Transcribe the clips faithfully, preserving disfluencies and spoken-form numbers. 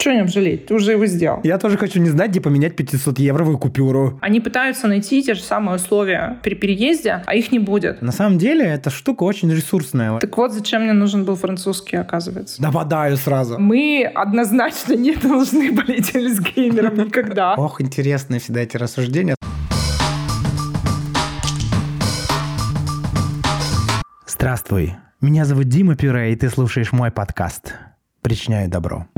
Чего о нем жалеть? Ты уже его сделал. Я тоже хочу не знать, где поменять пятисотевровую купюру. Они пытаются найти те же самые условия при переезде, а их не будет. На самом деле, эта штука очень ресурсная. Так вот, зачем мне нужен был французский, оказывается. Нападаю сразу. Мы однозначно не должны болеть Альцгеймером никогда. Ох, интересные всегда эти рассуждения. Здравствуй, меня зовут Дима Пюре, и ты слушаешь мой подкаст «Причиняю добро».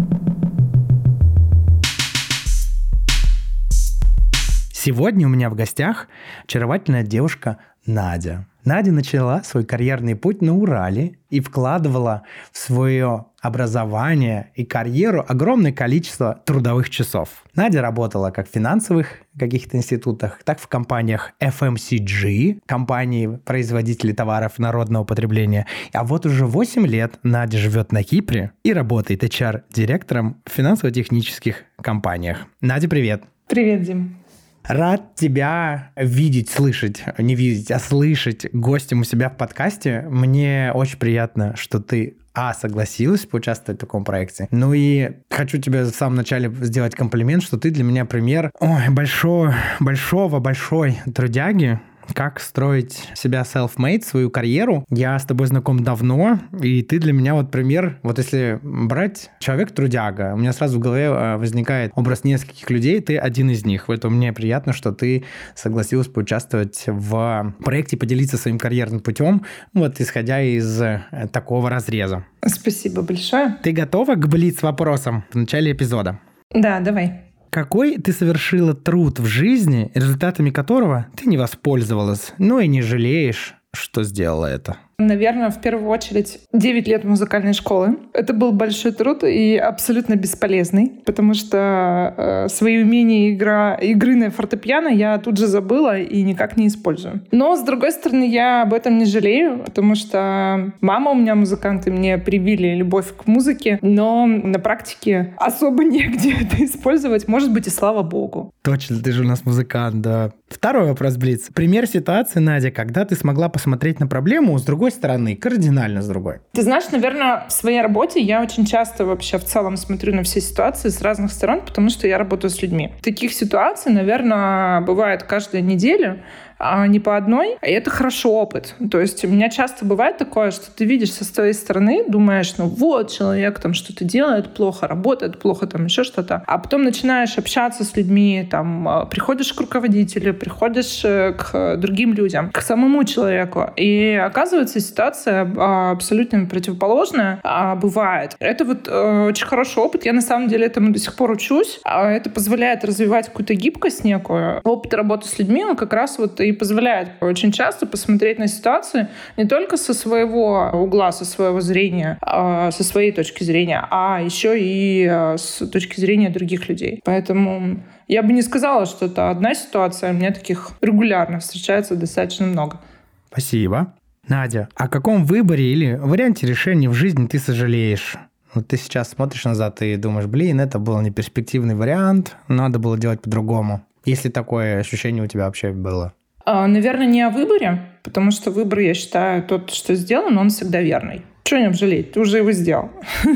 Сегодня у меня в гостях очаровательная девушка Надя. Надя начала свой карьерный путь на Урале и вкладывала в свое образование и карьеру огромное количество трудовых часов. Надя работала как в финансовых каких-то институтах, так в компаниях эф эм си джи, компании-производители товаров народного потребления. А вот уже восемь лет Надя живет на Кипре и работает эйч ар-директором в финансово-технических компаниях. Надя, привет! Привет, Дим! Рад тебя видеть, слышать, не видеть, а слышать гостем у себя в подкасте. Мне очень приятно, что ты, а, согласилась поучаствовать в таком проекте. Ну и хочу тебе в самом начале сделать комплимент, что ты для меня пример ой, большого, большого, большой трудяги. Как строить себя self-made, свою карьеру. Я с тобой знаком давно, и ты для меня вот пример. Вот если брать человек-трудяга, у меня сразу в голове возникает образ нескольких людей, ты один из них. Поэтому мне приятно, что ты согласилась поучаствовать в проекте, поделиться своим карьерным путем, вот исходя из такого разреза. Спасибо большое. Ты готова к блиц-вопросам в начале эпизода? Да, давай. Какой ты совершила труд в жизни, результатами которого ты не воспользовалась, но и не жалеешь, что сделала это? Наверное, в первую очередь девять лет музыкальной школы. Это был большой труд и абсолютно бесполезный, потому что э, свои умения игра, игры на фортепиано я тут же забыла и никак не использую. Но, с другой стороны, я об этом не жалею, потому что мама у меня музыкант, и мне привили любовь к музыке, но на практике особо негде это использовать, может быть, и слава богу. Точно, ты же у нас музыкант, да. Второй вопрос, Блиц. Пример ситуации, Надя, когда ты смогла посмотреть на проблему с другой стороны, кардинально с другой. Ты знаешь, наверное, в своей работе я очень часто вообще в целом смотрю на все ситуации с разных сторон, потому что я работаю с людьми. Таких ситуаций, наверное, бывает каждую неделю, а не по одной, и это хороший опыт. То есть у меня часто бывает такое, что ты видишь со своей стороны, думаешь, ну вот, человек там что-то делает плохо, работает плохо, там еще что-то, а потом начинаешь общаться с людьми, там, приходишь к руководителю, приходишь к другим людям, к самому человеку, и оказывается, ситуация абсолютно противоположная бывает. Это вот очень хороший опыт, я на самом деле этому до сих пор учусь, это позволяет развивать какую-то гибкость некую. Опыт работы с людьми, он как раз вот и позволяет очень часто посмотреть на ситуацию не только со своего угла, со своего зрения, со своей точки зрения, а еще и с точки зрения других людей. Поэтому я бы не сказала, что это одна ситуация, у меня таких регулярно встречается достаточно много. Спасибо. Надя, о каком выборе или варианте решения в жизни ты сожалеешь? Вот ты сейчас смотришь назад и думаешь, блин, это был неперспективный вариант, надо было делать по-другому. Если такое ощущение у тебя вообще было? Наверное, не о выборе, потому что выбор, я считаю, тот, что сделан, он всегда верный. Чего о нем жалеть? Ты уже его сделал.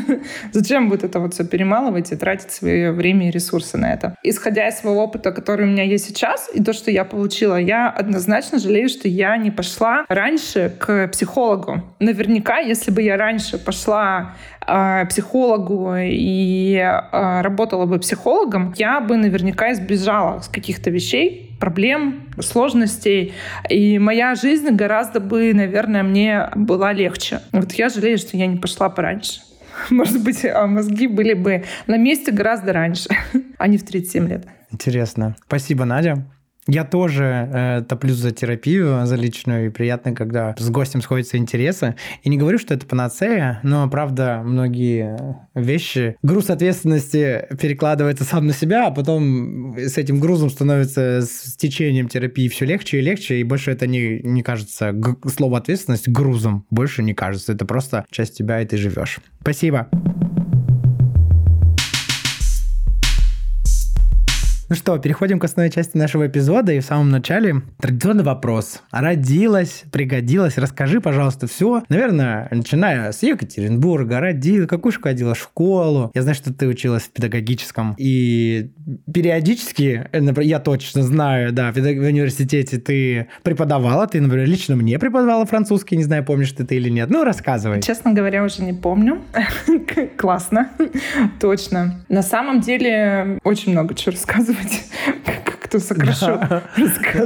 Зачем будет это вот все перемалывать и тратить свое время и ресурсы на это? Исходя из своего опыта, который у меня есть сейчас, и то, что я получила, я однозначно жалею, что я не пошла раньше к психологу. Наверняка, если бы я раньше пошла к психологу и работала бы психологом, я бы наверняка избежала каких-то вещей, проблем, сложностей. И моя жизнь гораздо бы, наверное, мне была легче. Вот я жалею, что я не пошла пораньше. Может быть, мозги были бы на месте гораздо раньше, а не в тридцать семь лет. Интересно. Спасибо, Надя. Я тоже э, топлю за терапию, за личную, и приятно, когда с гостем сходятся интересы. И не говорю, что это панацея, но, правда, многие вещи, груз ответственности перекладывается сам на себя, а потом с этим грузом становится с течением терапии все легче и легче, и больше это не, не кажется, г- слово ответственность грузом больше не кажется. Это просто часть тебя, и ты живешь. Спасибо. Ну что, переходим к основной части нашего эпизода. И в самом начале традиционный вопрос. Родилась, пригодилась? Расскажи, пожалуйста, все. Наверное, начиная с Екатеринбурга, родила, какую школу ходила, школу. Я знаю, что ты училась в педагогическом. И периодически, например, я точно знаю, да, в университете ты преподавала. Ты, например, лично мне преподавала французский. Не знаю, помнишь ты это или нет. Ну, рассказывай. Честно говоря, уже не помню. Классно. Точно. На самом деле, очень много чего рассказывать. Как-то сокращу рассказ.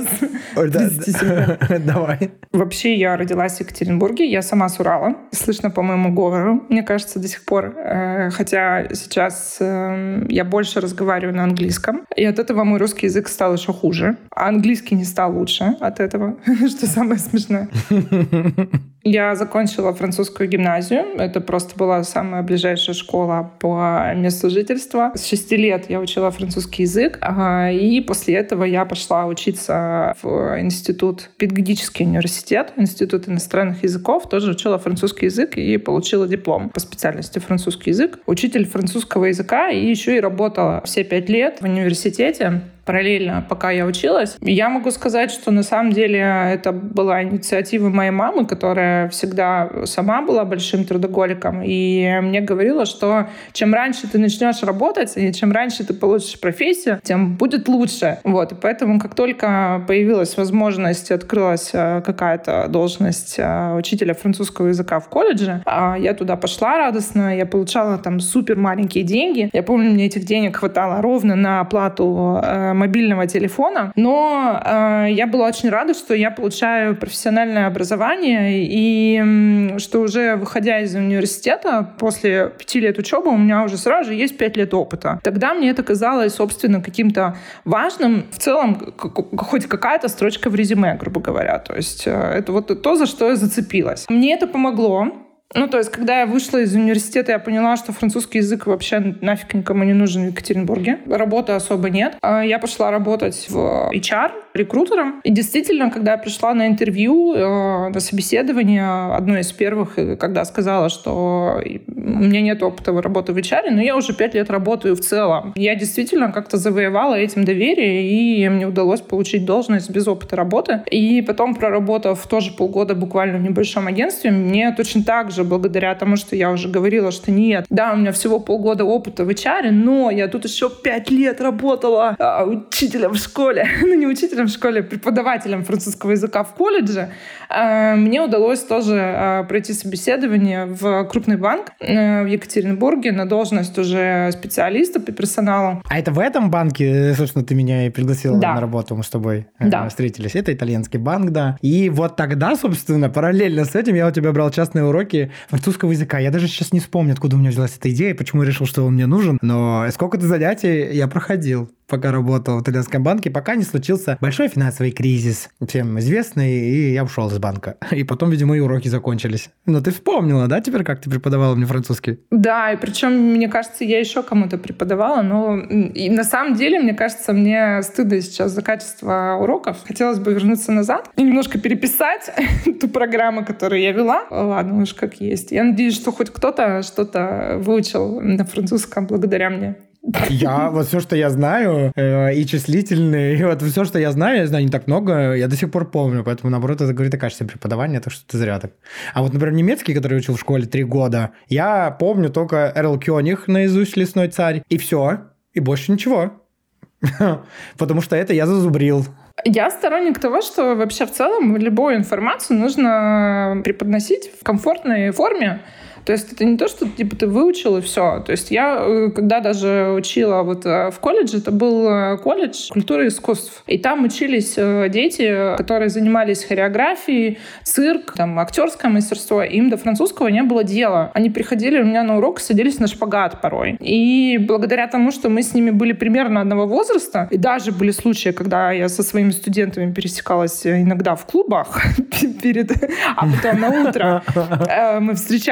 Давай. Вообще, я родилась в Екатеринбурге. Я сама с Урала. Слышно по моему говору, мне кажется, до сих пор. Хотя сейчас я больше разговариваю на английском. И от этого мой русский язык стал еще хуже. А английский не стал лучше от этого, что самое смешное. Я закончила французскую гимназию. Это просто была самая ближайшая школа по месту жительства. С шести лет я учила французский язык. И после этого я пошла учиться в институт, педагогический университет, институт иностранных языков. Тоже учила французский язык и получила диплом по специальности французский язык. Учитель французского языка. И еще и работала все пять лет в университете. Параллельно, пока я училась. Я могу сказать, что на самом деле это была инициатива моей мамы, которая всегда сама была большим трудоголиком. И мне говорила, что чем раньше ты начнешь работать, и чем раньше ты получишь профессию, тем будет лучше. Вот. И поэтому, как только появилась возможность, открылась какая-то должность учителя французского языка в колледже, я туда пошла радостно, я получала там супер маленькие деньги. Я помню, мне этих денег хватало ровно на оплату мобильного телефона, но э, я была очень рада, что я получаю профессиональное образование и э, что уже выходя из университета после пяти лет учебы у меня уже сразу же есть пять лет опыта. Тогда мне это казалось, собственно, каким-то важным, в целом хоть какая-то строчка в резюме, грубо говоря. То есть э, это вот то, за что я зацепилась. Мне это помогло. Ну, то есть, когда я вышла из университета, я поняла, что французский язык вообще нафиг никому не нужен в Екатеринбурге. Работы особо нет. Я пошла работать в эйч ар рекрутером. И действительно, когда я пришла на интервью, на собеседование, одно из первых, когда сказала, что у меня нет опыта работы в эйч ар, но я уже пять лет работаю в целом. Я действительно как-то завоевала этим доверие, и мне удалось получить должность без опыта работы. И потом, проработав тоже полгода буквально в небольшом агентстве, мне точно так же, благодаря тому, что я уже говорила, что нет, да, у меня всего полгода опыта в эйч ар, но я тут еще пять лет работала а, учителем в школе, ну не учителем в школе, преподавателем французского языка в колледже. А, мне удалось тоже а, пройти собеседование в крупный банк а, в Екатеринбурге на должность уже специалиста по персоналу. А это в этом банке, собственно, ты меня и пригласила да. на работу, мы с тобой да. встретились. Это итальянский банк, да. И вот тогда, собственно, параллельно с этим я у тебя брал частные уроки французского языка. Я даже сейчас не вспомню, откуда у меня взялась эта идея, почему я решил, что он мне нужен, но сколько-то занятий я проходил, пока работал в итальянском банке, пока не случился большой финансовый кризис, всем известный, и я ушел из банка. И потом, видимо, и уроки закончились. Но ты вспомнила, да, теперь, как ты преподавала мне французский? Да, и причем, мне кажется, я еще кому-то преподавала, но и на самом деле, мне кажется, мне стыдно сейчас за качество уроков. Хотелось бы вернуться назад и немножко переписать ту программу, которую я вела. Ладно уж, как есть. Я надеюсь, что хоть кто-то что-то выучил на французском благодаря мне. Я, вот все, что я знаю, э, и числительные, и вот все, что я знаю, я знаю не так много, я до сих пор помню, поэтому, наоборот, это говорит о качестве преподавания, так что ты зря так. А вот, например, немецкий, который я учил в школе три года, я помню только Эрл Кёниг наизусть, «Лесной царь», и все, и больше ничего. Потому что это я зазубрил. Я сторонник того, что вообще в целом любую информацию нужно преподносить в комфортной форме. То есть это не то, что типа ты выучил и все. То есть я, когда даже учила вот в колледже, это был колледж культуры и искусств. И там учились дети, которые занимались хореографией, цирк, там, актерское мастерство. Им до французского не было дела. Они приходили у меня на урок, садились на шпагат порой. И благодаря тому, что мы с ними были примерно одного возраста, и даже были случаи, когда я со своими студентами пересекалась иногда в клубах перед, а потом на утро мы встречались на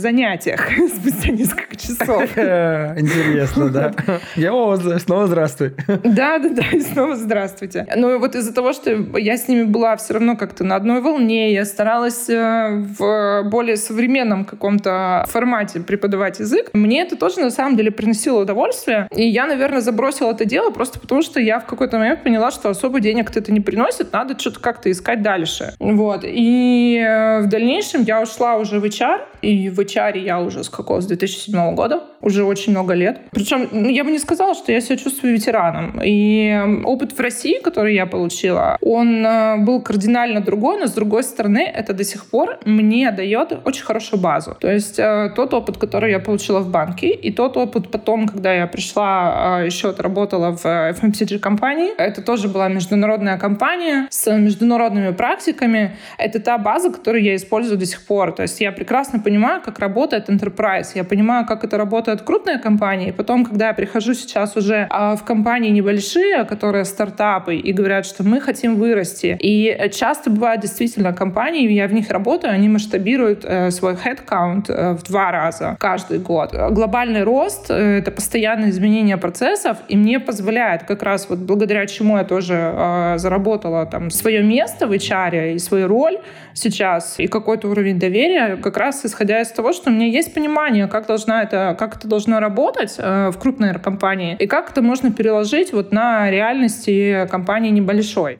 занятиях спустя несколько часов. Интересно, да. Я снова здравствуй. Да-да-да, и снова здравствуйте. Но вот из-за того, что я с ними была все равно как-то на одной волне, я старалась в более современном каком-то формате преподавать язык, мне это тоже на самом деле приносило удовольствие. И я, наверное, забросила это дело просто потому, что я в какой-то момент поняла, что особо денег это не приносит, надо что-то как-то искать дальше. Вот. И в дальнейшем я ушла уже в эйч ар, и в эйч ар я уже с какого? С две тысячи седьмого года, уже очень много лет. Причем ну, я бы не сказала, что я себя чувствую ветераном. И опыт в России, который я получила, он был кардинально другой, но с другой стороны, это до сих пор мне дает очень хорошую базу. То есть тот опыт, который я получила в банке, и тот опыт потом, когда я пришла, еще отработала в эф эм си джи-компании, это тоже была международная компания с международными практиками. Это та база, которую я использую до сих пор. То есть я прекрасно понимаю, как работает enterprise, я понимаю, как это работает крупная компания, и потом, когда я прихожу сейчас уже в компании небольшие, которые стартапы, и говорят, что мы хотим вырасти. И часто бывают действительно компании, я в них работаю, они масштабируют свой headcount в два раза каждый год. Глобальный рост — это постоянное изменение процессов, и мне позволяет как раз вот благодаря чему я тоже заработала там свое место в эйч ар и свою роль сейчас, и какой-то уровень доверия, как раз исходя из того, что у меня есть понимание, как должна это, как это должно работать э, в крупной компании, и как это можно переложить вот на реальности компании небольшой.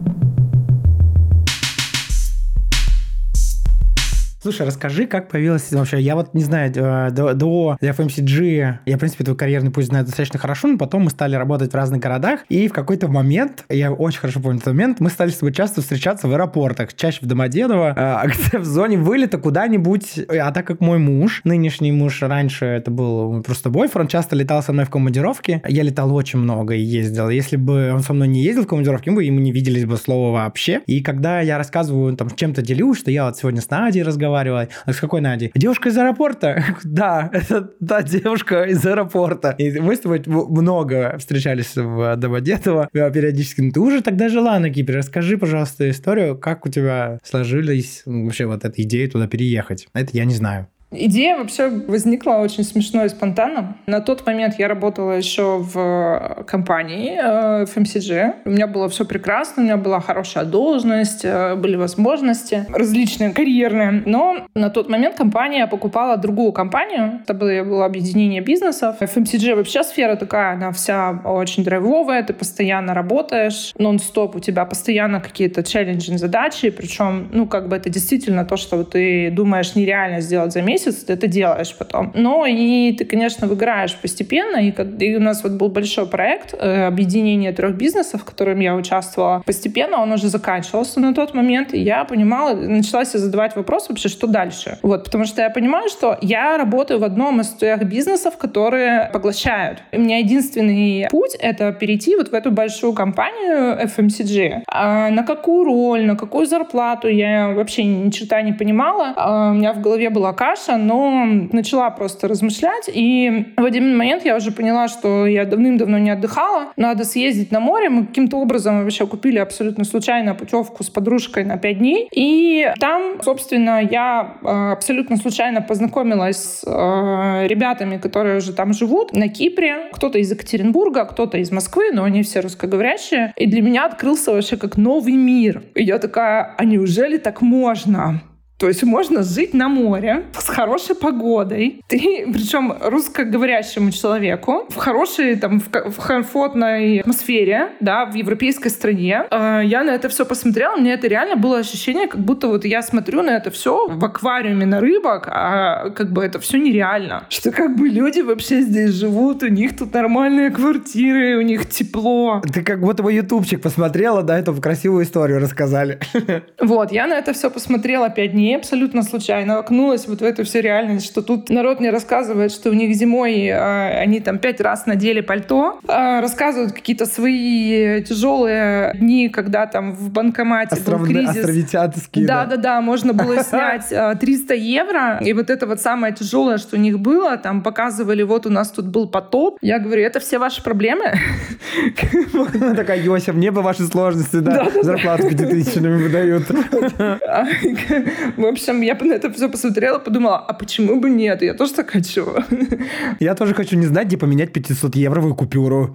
Слушай, расскажи, как появилась вообще... Я вот не знаю, до, до эф эм си джи я, в принципе, твой карьерный путь знаю достаточно хорошо, но потом мы стали работать в разных городах, и в какой-то момент, я очень хорошо помню этот момент, мы стали с тобой часто встречаться в аэропортах, чаще в Домодедово, а, где в зоне вылета куда-нибудь. А так как мой муж, нынешний муж, раньше это был просто бойфренд, часто летал со мной в командировки, я летал очень много и ездил. Если бы он со мной не ездил в командировки, мы бы ему не виделись бы слова вообще. И когда я рассказываю, там, чем-то делюсь, что я вот сегодня с Надей разговариваю, а с какой Надей? Девушка из аэропорта? Да, это та девушка из аэропорта. И мы с тобой много встречались в Домодедово периодически. Но ты уже тогда жила на Кипре. Расскажи, пожалуйста, историю, как у тебя сложились вообще вот эта идея туда переехать. Это я не знаю. Идея вообще возникла очень смешно и спонтанно. На тот момент я работала еще в компании эф эм си джи. У меня было все прекрасно, у меня была хорошая должность, были возможности различные карьерные. Но на тот момент компания покупала другую компанию. Это было, было объединение бизнесов. эф эм си джи вообще сфера такая, она вся очень драйвовая, ты постоянно работаешь, нон-стоп, у тебя постоянно какие-то челленджи, задачи, причем, ну, как бы это действительно то, что ты думаешь нереально сделать за месяц, ты это делаешь потом. Но и ты, конечно, выиграешь постепенно. И, и у нас вот был большой проект э, объединения трех бизнесов, в котором я участвовала. Постепенно он уже заканчивался на тот момент. И я понимала, начала себе задавать вопрос вообще, что дальше. Вот, потому что я понимаю, что я работаю в одном из трех бизнесов, которые поглощают. У меня единственный путь — это перейти вот в эту большую компанию эф эм си джи. А на какую роль, на какую зарплату я вообще ни черта не понимала. А у меня в голове была каша, но начала просто размышлять, и в один момент я уже поняла, что я давным-давно не отдыхала, надо съездить на море. Мы каким-то образом вообще купили абсолютно случайно путевку с подружкой на пять дней, и там, собственно, я абсолютно случайно познакомилась с э, ребятами, которые уже там живут, на Кипре. Кто-то из Екатеринбурга, кто-то из Москвы, но они все русскоговорящие, и для меня открылся вообще как новый мир. И я такая, а неужели так можно? То есть можно жить на море с хорошей погодой. Ты, причем русскоговорящему человеку, в хорошей, там, в, в комфортной атмосфере, да, в европейской стране. Я на это все посмотрела, мне это реально было ощущение, как будто вот я смотрю на это все в аквариуме на рыбок, а как бы это все нереально. Что как бы люди вообще здесь живут, у них тут нормальные квартиры, у них тепло. Ты как будто бы ютубчик посмотрела, да, эту красивую историю рассказали. Вот, я на это все посмотрела пять дней, абсолютно случайно окунулась вот в эту всю реальность, что тут народ мне рассказывает, что у них зимой э, они там пять раз надели пальто, э, рассказывают какие-то свои тяжелые дни, когда там в банкомате Остров... был кризис. Островитянские, да. Да-да-да, можно было снять э, триста евро, и вот это вот самое тяжелое, что у них было, там показывали, вот у нас тут был потоп. Я говорю, это все ваши проблемы? Такая, Йося, мне бы ваши сложности, да, зарплату пятитысячными выдают. В общем, я на это все посмотрела, подумала, а почему бы нет? Я тоже так хочу. Я тоже хочу, не знать, где поменять пятисотевровую купюру.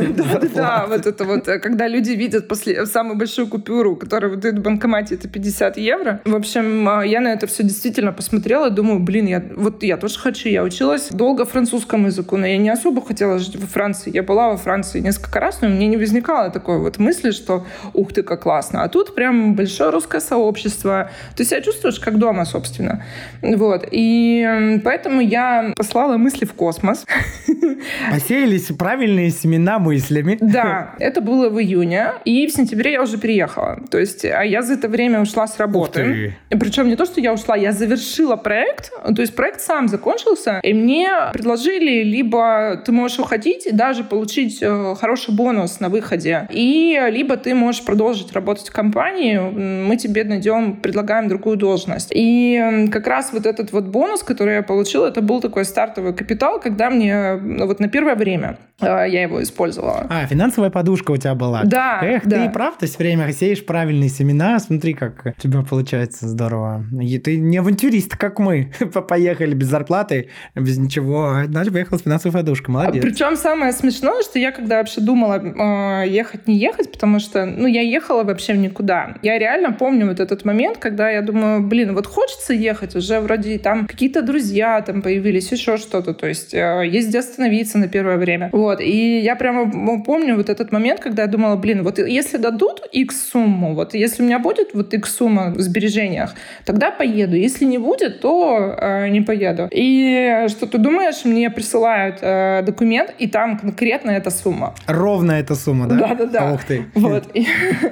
Да, вот это вот, когда люди видят после самую большую купюру, которая вот в банкомате, это пятьдесят евро. В общем, я на это все действительно посмотрела, думаю, блин, я вот я тоже хочу. Я училась долго французскому языку, но я не особо хотела жить во Франции. Я была во Франции несколько раз, но у меня не возникало такой вот мысли, что ух ты, как классно. А тут прям большое русское сообщество. Ты себя чувствуешь как дома, собственно. Вот. И поэтому я послала мысли в космос. Посеялись правильные семена мыслями. Да, это было в июне, и в сентябре я уже переехала. То есть, а я за это время ушла с работы. Причем не то, что я ушла, я завершила проект, то есть проект сам закончился, и мне предложили, либо ты можешь уходить и даже получить э, хороший бонус на выходе, и либо ты можешь продолжить работать в компании, мы тебе найдем, предлагаем другую должность. И э, как раз вот этот вот бонус, который я получила, это был такой стартовый капитал, когда мне, ну, вот на первое время э, я его использовала. А, финансовая подушка у тебя была. Да, Эх, да. ты и прав, то есть время сеешь правильные семена, смотри, как у тебя получается здорово. И ты не авантюрист, как мы. Поехали без зарплаты, без ничего. Значит, поехал с финансовой подушкой. Молодец. Причем самое смешное, что я когда вообще думала э, ехать, не ехать, потому что, ну, я ехала вообще в никуда. Я реально помню вот этот момент, когда я думаю, блин, вот хочется ехать, уже вроде там какие-то друзья там появились, еще что-то, то есть э, есть где остановиться на первое время. Вот, и я прямо помню вот этот момент, когда я думала, блин, вот если дадут X сумму, вот если у меня будет вот X сумма в сбережениях, тогда поеду. Если не будет, то э, не поеду. И что ты думаешь, мне присылают э, документ, и там конкретно эта сумма. Ровно эта сумма, да? Да-да-да. Ух ты. Вот. И,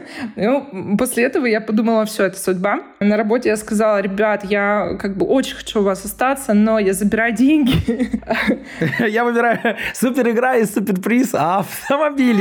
ну, после этого я подумала, все, это судьба. На работе я сказала, ребят, я как бы очень хочу у вас остаться, но я забираю деньги. Я выбираю супер игра и супер приз, а автомобиль.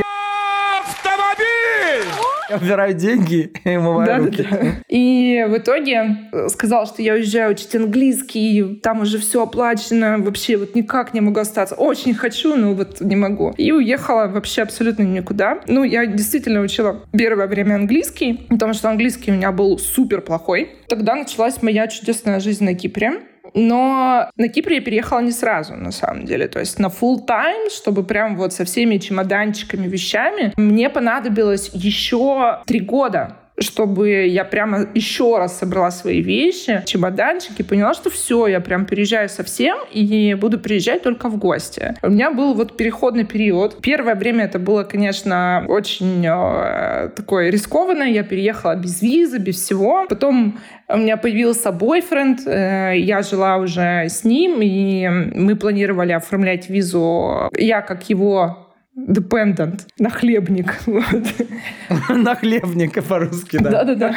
Автомобиль! Я выбираю деньги и умываю да, руки. Да, да. И в итоге сказала, что я уезжаю учить английский, там уже все оплачено, вообще вот никак не могу остаться. Очень хочу, но вот не могу. И уехала вообще абсолютно никуда. Ну, я действительно учила первое время английский, потому что английский у меня был супер плохой. Тогда началась моя чудесная жизнь на Кипре. Но на Кипре я переехала не сразу, на самом деле. То есть на full time, чтобы прям вот со всеми чемоданчиками, вещами, мне понадобилось еще три года, чтобы я прямо еще раз собрала свои вещи, чемоданчики, поняла, что все, я прям переезжаю совсем и буду приезжать только в гости. У меня был вот переходный период. Первое время это было, конечно, очень э, такое рискованное. Я переехала без визы, без всего. Потом у меня появился бойфренд, э, я жила уже с ним, и мы планировали оформлять визу. Я как его dependent, нахлебник. Вот. Нахлебник по-русски, да. Да-да-да.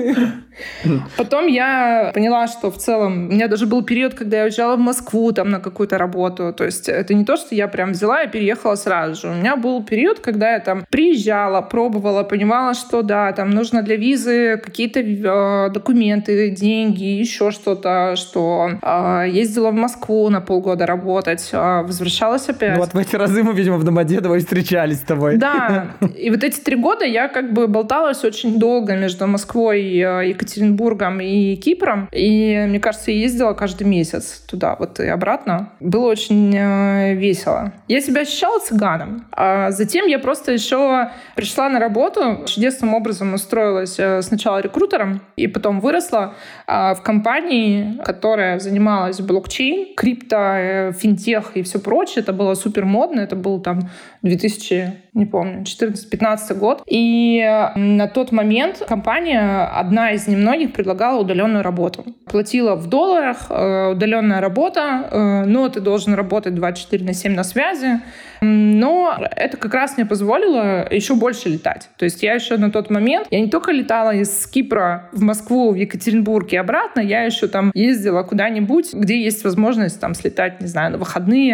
Потом я поняла, что в целом... У меня даже был период, когда я уезжала в Москву там на какую-то работу. То есть это не то, что я прям взяла и переехала сразу же. У меня был период, когда я там приезжала, пробовала, понимала, что да, там нужно для визы какие-то э, документы, деньги, еще что-то, что э, ездила в Москву на полгода работать, э, возвращалась опять. Ну вот в эти разы мы, видимо, в Домодедово и встречались с тобой. Да, и вот эти три года я как бы болталась очень долго между Москвой, Екатеринбургом и Кипром. И, мне кажется, я ездила каждый месяц туда вот и обратно. Было очень э, весело. Я себя ощущала цыганом. А затем я просто еще пришла на работу, чудесным образом устроилась э, сначала рекрутером, и потом выросла э, в компании, которая занималась блокчейн, крипто, э, финтех и все прочее. Это было супер модно. Это был там две тысячи, не помню, четырнадцатый-пятнадцатый год. И на тот момент компания, одна из немногих, предлагала удаленную работу. Платила в долларах, удаленная работа, но ты должен работать двадцать четыре на семь на связи. Но это как раз мне позволило еще больше летать. То есть я еще на тот момент, я не только летала из Кипра в Москву, в Екатеринбург и обратно, я еще там ездила куда-нибудь, где есть возможность там слетать, не знаю, на выходные,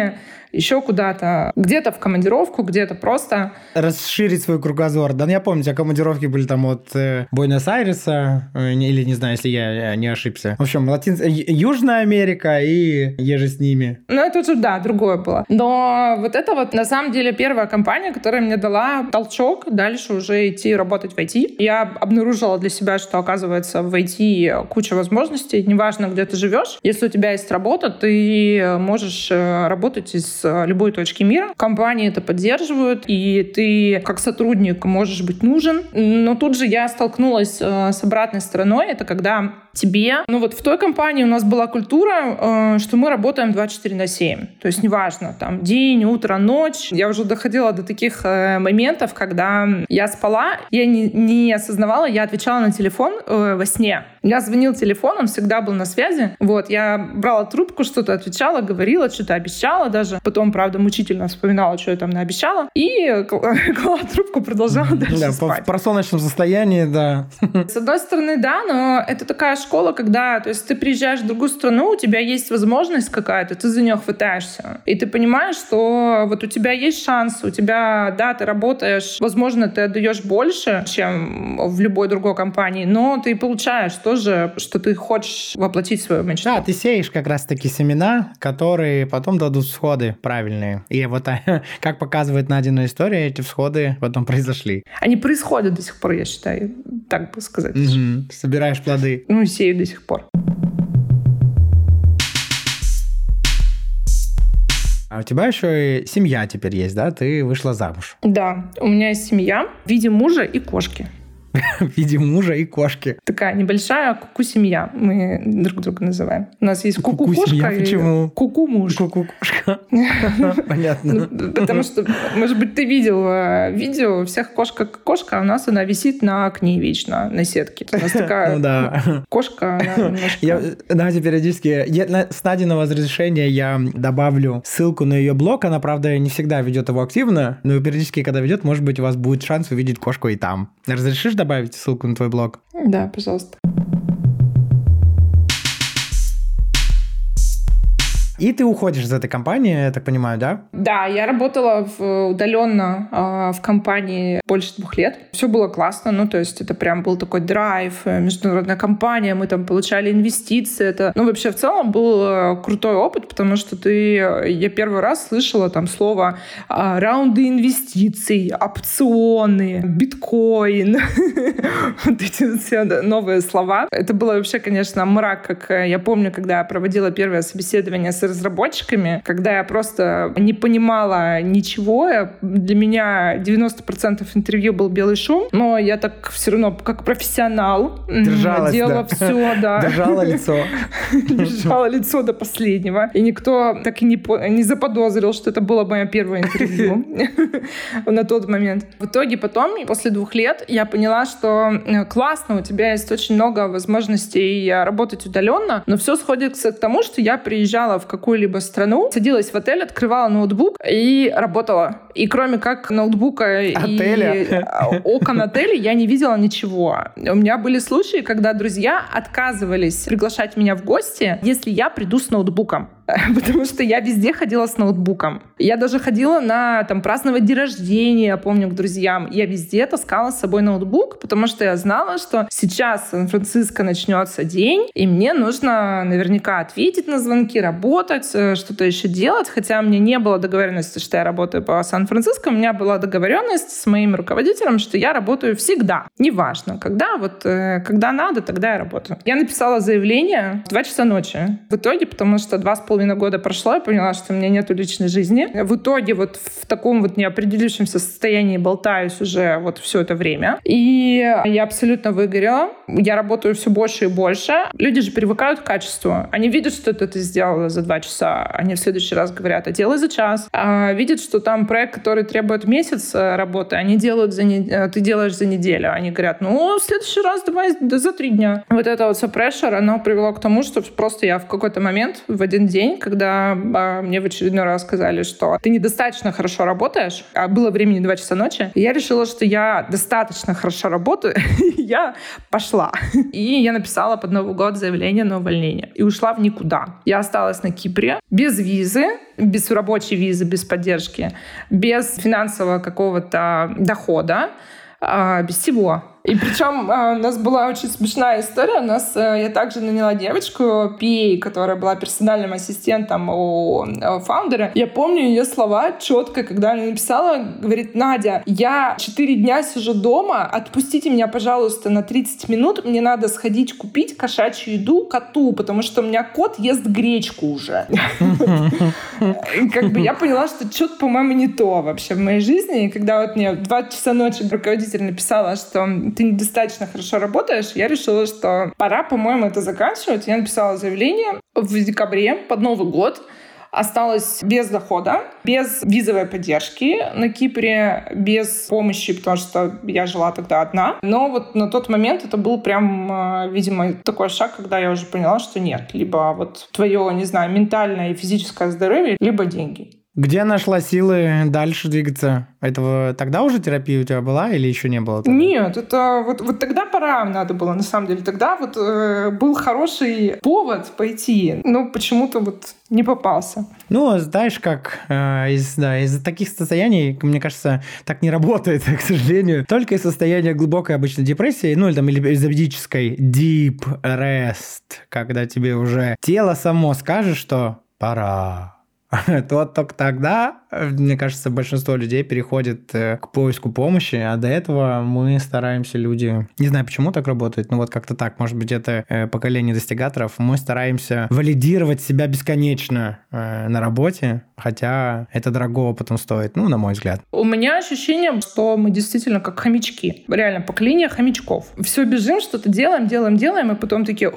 еще куда-то, где-то в командировку, где-то просто. Расширить свой кругозор. Да, я помню, у тебя командировки были там от э, Буэнос-Айреса, э, или не знаю, если я не ошибся. В общем, Латин... Южная Америка и еже с ними. Ну, это уже, да, другое было. Но вот это вот, на самом деле, первая компания, которая мне дала толчок дальше уже идти работать в ай ти. Я обнаружила для себя, что, оказывается, в ай ти куча возможностей. Неважно, где ты живешь. Если у тебя есть работа, ты можешь работать из любой точки мира. Компании это поддерживают, и ты как сотрудник можешь быть нужен. Но тут же я столкнулась с обратной стороной. Это когда тебе... Ну вот в той компании у нас была культура, что мы работаем двадцать четыре на семь. То есть неважно, там день, утро, ночь. Я уже доходила до таких моментов, когда я спала, я не, не осознавала, я отвечала на телефон э, во сне. Я звонил телефон, он всегда был на связи. Вот, я брала трубку, что-то отвечала, говорила, что-то обещала даже. Потом, правда, мучительно вспоминала, что я там наобещала. И клала трубку, продолжала дальше да, спать. В просоночном состоянии, да. С одной стороны, да, но это такая школа, когда, то есть ты приезжаешь в другую страну, у тебя есть возможность какая-то, ты за нее хватаешься. И ты понимаешь, что вот у тебя есть шанс, у тебя, да, ты работаешь, возможно, ты отдаешь больше, чем в любой другой компании, но ты получаешь тоже, что ты хочешь воплотить свою мечту. Да, ты сеешь как раз-таки семена, которые потом дадут всходы правильные. И вот, как показывает Надина история, эти всходы потом произошли. Они происходят до сих пор, я считаю, так бы сказать. Угу. Собираешь плоды. Ну, сею до сих пор. А у тебя еще и семья теперь есть, да? Ты вышла замуж. Да, у меня есть семья в виде мужа и кошки. В виде мужа и кошки. Такая небольшая ку-ку-семья, мы друг друга называем. У нас есть ку-ку-кошка и ку-ку-муж. Ку-ку-кошка. Понятно. Потому что, может быть, ты видел видео, у всех кошка-кошка, а у нас она висит на окне вечно, на сетке. У нас такая кошка, она немножко... Надя периодически... С Надиного разрешения я добавлю ссылку на ее блог. Она, правда, не всегда ведет его активно, но периодически, когда ведет, может быть, у вас будет шанс увидеть кошку и там. Разрешишь добавить ссылку на твой блог? Да, пожалуйста. И ты уходишь из этой компании, я так понимаю, да? Да, я работала в, удаленно э, в компании больше двух лет. Все было классно, ну, то есть это прям был такой драйв, международная компания, мы там получали инвестиции. Это, ну, вообще в целом был крутой опыт, потому что ты, я первый раз слышала там слово э, раунды инвестиций, опционы, биткоин, вот эти все новые слова. Это было вообще, конечно, мрак, как я помню, когда я проводила первое собеседование с разработчиками, когда я просто не понимала ничего. Для меня девяносто процентов интервью был белый шум, но я так все равно, как профессионал, держалась, делала да. все, да. Держала лицо. Держала лицо до последнего. И никто так и не, не заподозрил, что это было мое первое интервью на тот момент. В итоге потом, после двух лет, я поняла, что классно, у тебя есть очень много возможностей работать удаленно, но все сходится к тому, что я приезжала в какую-либо страну, садилась в отель, открывала ноутбук и работала. И кроме как ноутбука отеля. И окон отеля я не видела ничего. У меня были случаи, когда друзья отказывались приглашать меня в гости, если я приду с ноутбуком. Потому что я везде ходила с ноутбуком. Я даже ходила на там, праздновать день рождения, я помню, к друзьям. Я везде таскала с собой ноутбук, потому что я знала, что сейчас в Сан-Франциско начнется день, и мне нужно наверняка ответить на звонки, работать, что-то еще делать. Хотя у меня не было договоренности, что я работаю по Сан-Франциско. У меня была договоренность с моим руководителем, что я работаю всегда. Неважно, когда, вот, когда надо, тогда я работаю. Я написала заявление в два часа ночи. В итоге, потому что два с половиной года прошло, я поняла, что у меня нету личной жизни. В итоге вот в таком вот неопределившемся состоянии болтаюсь уже вот все это время. И я абсолютно выгорела. Я работаю все больше и больше. Люди же привыкают к качеству. Они видят, что ты это сделала за два часа. Они в следующий раз говорят, а делай за час. А видят, что там проект, который требует месяц работы, они делают за не... ты делаешь за неделю. Они говорят, ну, в следующий раз давай за три дня. Вот это вот все прешер, оно привело к тому, что просто я в какой-то момент в один день день, когда а, мне в очередной раз сказали, что ты недостаточно хорошо работаешь, а было времени два часа ночи, и я решила, что я достаточно хорошо работаю, и я пошла. И я написала под Новый год заявление на увольнение. И ушла в никуда. Я осталась на Кипре без визы, без рабочей визы, без поддержки, без финансового какого-то дохода, без всего. И причем у нас была очень смешная история. У нас я также наняла девочку, пи эй, которая была персональным ассистентом у фаундера. Я помню ее слова четко, когда она написала, говорит: Надя, я четыре дня сижу дома, отпустите меня, пожалуйста, на тридцать минут, мне надо сходить купить кошачью еду коту, потому что у меня кот ест гречку уже. Как бы я поняла, что что-то, по-моему, не то вообще в моей жизни. И когда вот мне в два часа ночи руководитель написала, что ты недостаточно хорошо работаешь, я решила, что пора, по-моему, это заканчивать. Я написала заявление в декабре под Новый год. Осталась без дохода, без визовой поддержки на Кипре, без помощи, потому что я жила тогда одна. Но вот на тот момент это был прям, видимо, такой шаг, когда я уже поняла, что нет. Либо вот твое, не знаю, ментальное и физическое здоровье, либо деньги. Где нашла силы дальше двигаться? Этого тогда уже терапия у тебя была или еще не было? Тогда? Нет, это вот, вот тогда пора надо было, на самом деле. Тогда вот э, был хороший повод пойти, но почему-то вот не попался. Ну, знаешь, как э, из, да, из-за таких состояний, мне кажется, так не работает, к сожалению. Только из состояния глубокой обычной депрессии, ну или там или из ведической deep rest, когда тебе уже тело само скажет, что пора. То только тогда, мне кажется, большинство людей переходит к поиску помощи, а до этого мы стараемся, люди, не знаю, почему так работает, но вот как-то так, может быть, это поколение достигаторов, мы стараемся валидировать себя бесконечно на работе, хотя это дорого потом стоит, ну, на мой взгляд. У меня ощущение, что мы действительно как хомячки, реально поколение хомячков. Все бежим, что-то делаем, делаем, делаем, и потом такие,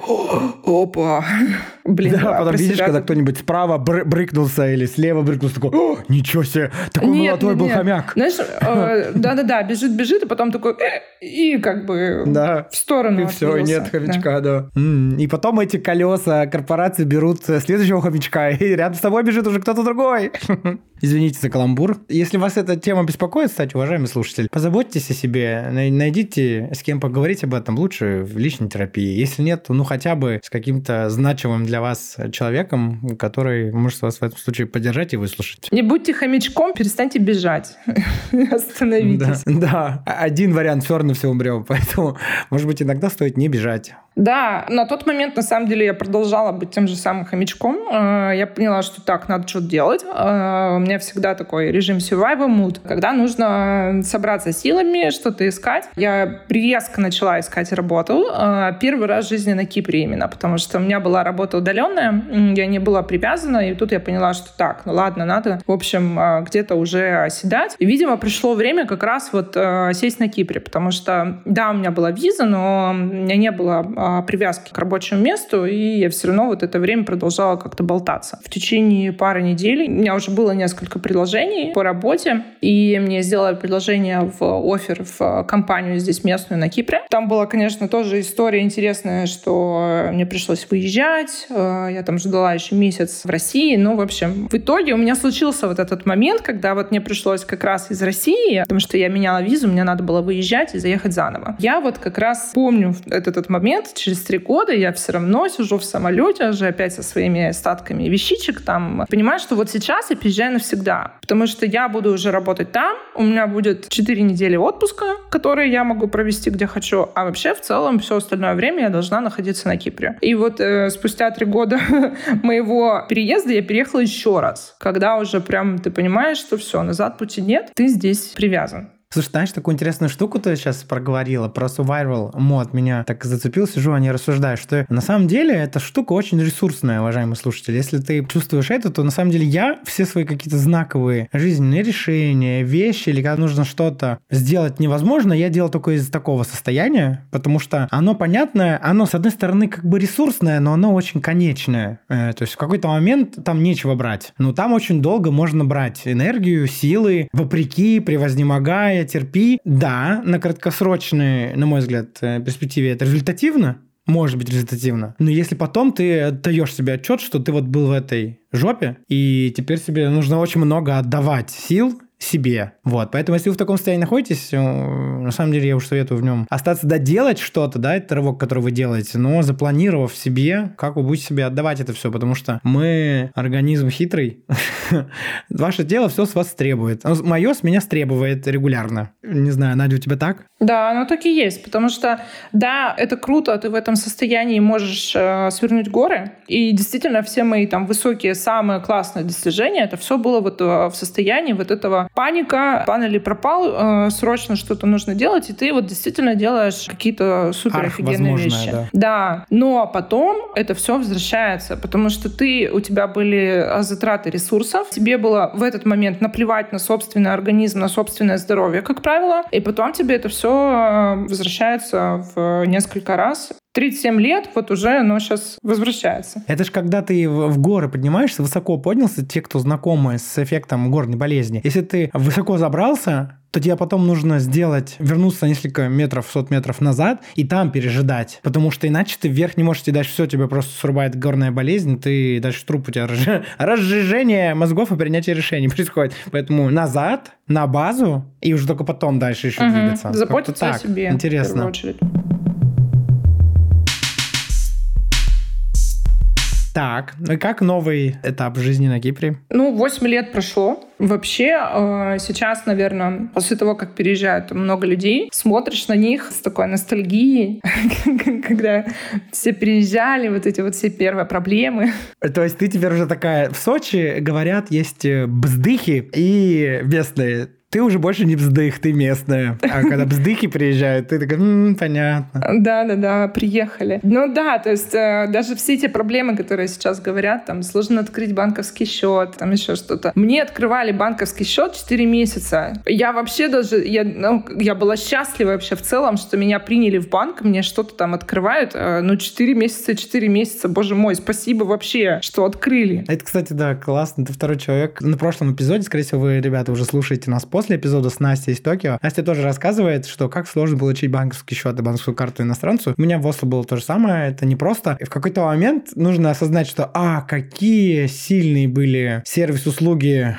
опа, блин. Да, потом видишь, когда кто-нибудь справа брыкнулся или слева брыкнулся, такой, о, ничего себе, такой нет, молодой нет, был нет. хомяк. Знаешь, э, да-да-да, бежит-бежит, и потом такой, э, и как бы да. в сторону и все, и нет хомячка, да. да. М-м, и потом эти колеса корпорации берут следующего хомячка, и рядом с тобой бежит уже кто-то другой. Извините за каламбур. Если вас эта тема беспокоит, кстати, уважаемые слушатели, позаботьтесь о себе, найдите с кем поговорить об этом, лучше в личной терапии. Если нет, то ну хотя бы с каким-то значимым для вас человеком, который может вас в этом случае поддержать и выслушать. Не будьте хомячком, перестаньте бежать. Остановитесь. Да, да, один вариант, все равно все умрем, поэтому, может быть, иногда стоит не бежать. Да, на тот момент, на самом деле, я продолжала быть тем же самым хомячком. Я поняла, что так, надо что-то делать. У меня всегда такой режим survival mood, когда нужно собраться силами, что-то искать. Я резко начала искать работу. Первый раз в жизни на Кипре именно, потому что у меня была работа удаленная, я не была привязана, и тут я поняла, что так, ну ладно, надо, в общем, где-то уже оседать. И, видимо, пришло время как раз вот сесть на Кипре, потому что, да, у меня была виза, но у меня не было привязки к рабочему месту, и я все равно вот это время продолжала как-то болтаться. В течение пары недель у меня уже было несколько предложений по работе, и мне сделали предложение в оффер в компанию здесь местную на Кипре. Там была, конечно, тоже история интересная, что мне пришлось выезжать, я там ждала еще месяц в России, ну, в общем, в итоге у меня случился вот этот момент, когда вот мне пришлось как раз из России, потому что я меняла визу, мне надо было выезжать и заехать заново. Я вот как раз помню этот, этот момент. Через три года я все равно сижу в самолете уже опять со своими остатками вещичек там. Понимаю, что вот сейчас я приезжаю навсегда, потому что я буду уже работать там, у меня будет четыре недели отпуска, которые я могу провести где хочу, а вообще в целом все остальное время я должна находиться на Кипре. И вот э, спустя три года моего переезда я переехала еще раз, когда уже прям ты понимаешь, что все, назад пути нет, ты здесь привязан. Слушай, знаешь, такую интересную штуку ты сейчас проговорила про survival мод. Меня так зацепил, сижу, а не рассуждаю, что на самом деле эта штука очень ресурсная, уважаемый слушатель. Если ты чувствуешь это, то на самом деле я все свои какие-то знаковые жизненные решения, вещи, или когда нужно что-то сделать невозможно, я делал только из такого состояния, потому что оно понятное, оно, с одной стороны, как бы ресурсное, но оно очень конечное. То есть в какой-то момент там нечего брать. Но там очень долго можно брать энергию, силы, вопреки, превознемогая, терпи. Да, на краткосрочной, на мой взгляд, перспективе это результативно, может быть результативно. Но если потом ты даешь себе отчет, что ты вот был в этой жопе, и теперь себе нужно очень много отдавать сил себе. Вот. Поэтому, если вы в таком состоянии находитесь, на самом деле я уж советую в нем остаться доделать что-то, да, этот рывок, который вы делаете, но запланировав себе, как вы будете себе отдавать это все, потому что мы организм хитрый. Ваше тело все с вас требует. Мое с меня требует регулярно. Не знаю, Надя, у тебя так? Да, оно так и есть, потому что, да, это круто, ты в этом состоянии можешь э, свернуть горы, и действительно все мои там высокие, самые классные достижения, это все было вот э, в состоянии вот этого паника, план или пропал, э, срочно что-то нужно делать, и ты вот действительно делаешь какие-то супер офигенные вещи. Да. да, но потом это все возвращается, потому что ты, у тебя были затраты ресурсов, тебе было в этот момент наплевать на собственный организм, на собственное здоровье, как правило, и потом тебе это все возвращается в несколько раз. тридцать семь лет, вот уже оно сейчас возвращается. Это ж когда ты в горы поднимаешься, высоко поднялся, те, кто знакомы с эффектом горной болезни. Если ты высоко забрался, то тебе потом нужно сделать, вернуться несколько метров, сот метров назад и там пережидать. Потому что иначе ты вверх не можешь идти дальше, все, тебя просто срубает горная болезнь, ты дальше труп, у тебя разж... разжижение мозгов и принятие решений происходит. Поэтому назад, на базу, и уже только потом дальше еще угу. двигаться. Заботиться о себе. Интересно. В первую очередь. Так, ну и как новый этап жизни на Кипре? Ну, восемь лет прошло. Вообще, э, сейчас, наверное, после того, как переезжают много людей, смотришь на них с такой ностальгией, когда все переезжали, вот эти вот все первые проблемы. То есть ты теперь уже такая... В Сочи, говорят, есть бздыхи и местные. Ты уже больше не бздых, ты местная. А когда бздыхи приезжают, ты такая, м-м, понятно. Да-да-да, приехали. Ну да, то есть э, даже все эти проблемы, которые сейчас говорят, там, сложно открыть банковский счет, там еще что-то. Мне открывали банковский счет четыре месяца. Я вообще даже, я, ну, я была счастлива вообще в целом, что меня приняли в банк, мне что-то там открывают. Э, ну, четыре месяца, четыре месяца, боже мой, спасибо вообще, что открыли. Это, кстати, да, классно. Ты второй человек. На прошлом эпизоде, скорее всего, вы, ребята, уже слушаете нас после эпизода с Настей из Токио. Настя тоже рассказывает, что как сложно получить банковский счет и банковскую карту иностранцу. У меня в Осло было то же самое, это непросто. И в какой-то момент нужно осознать, что а, какие сильные были сервис-услуги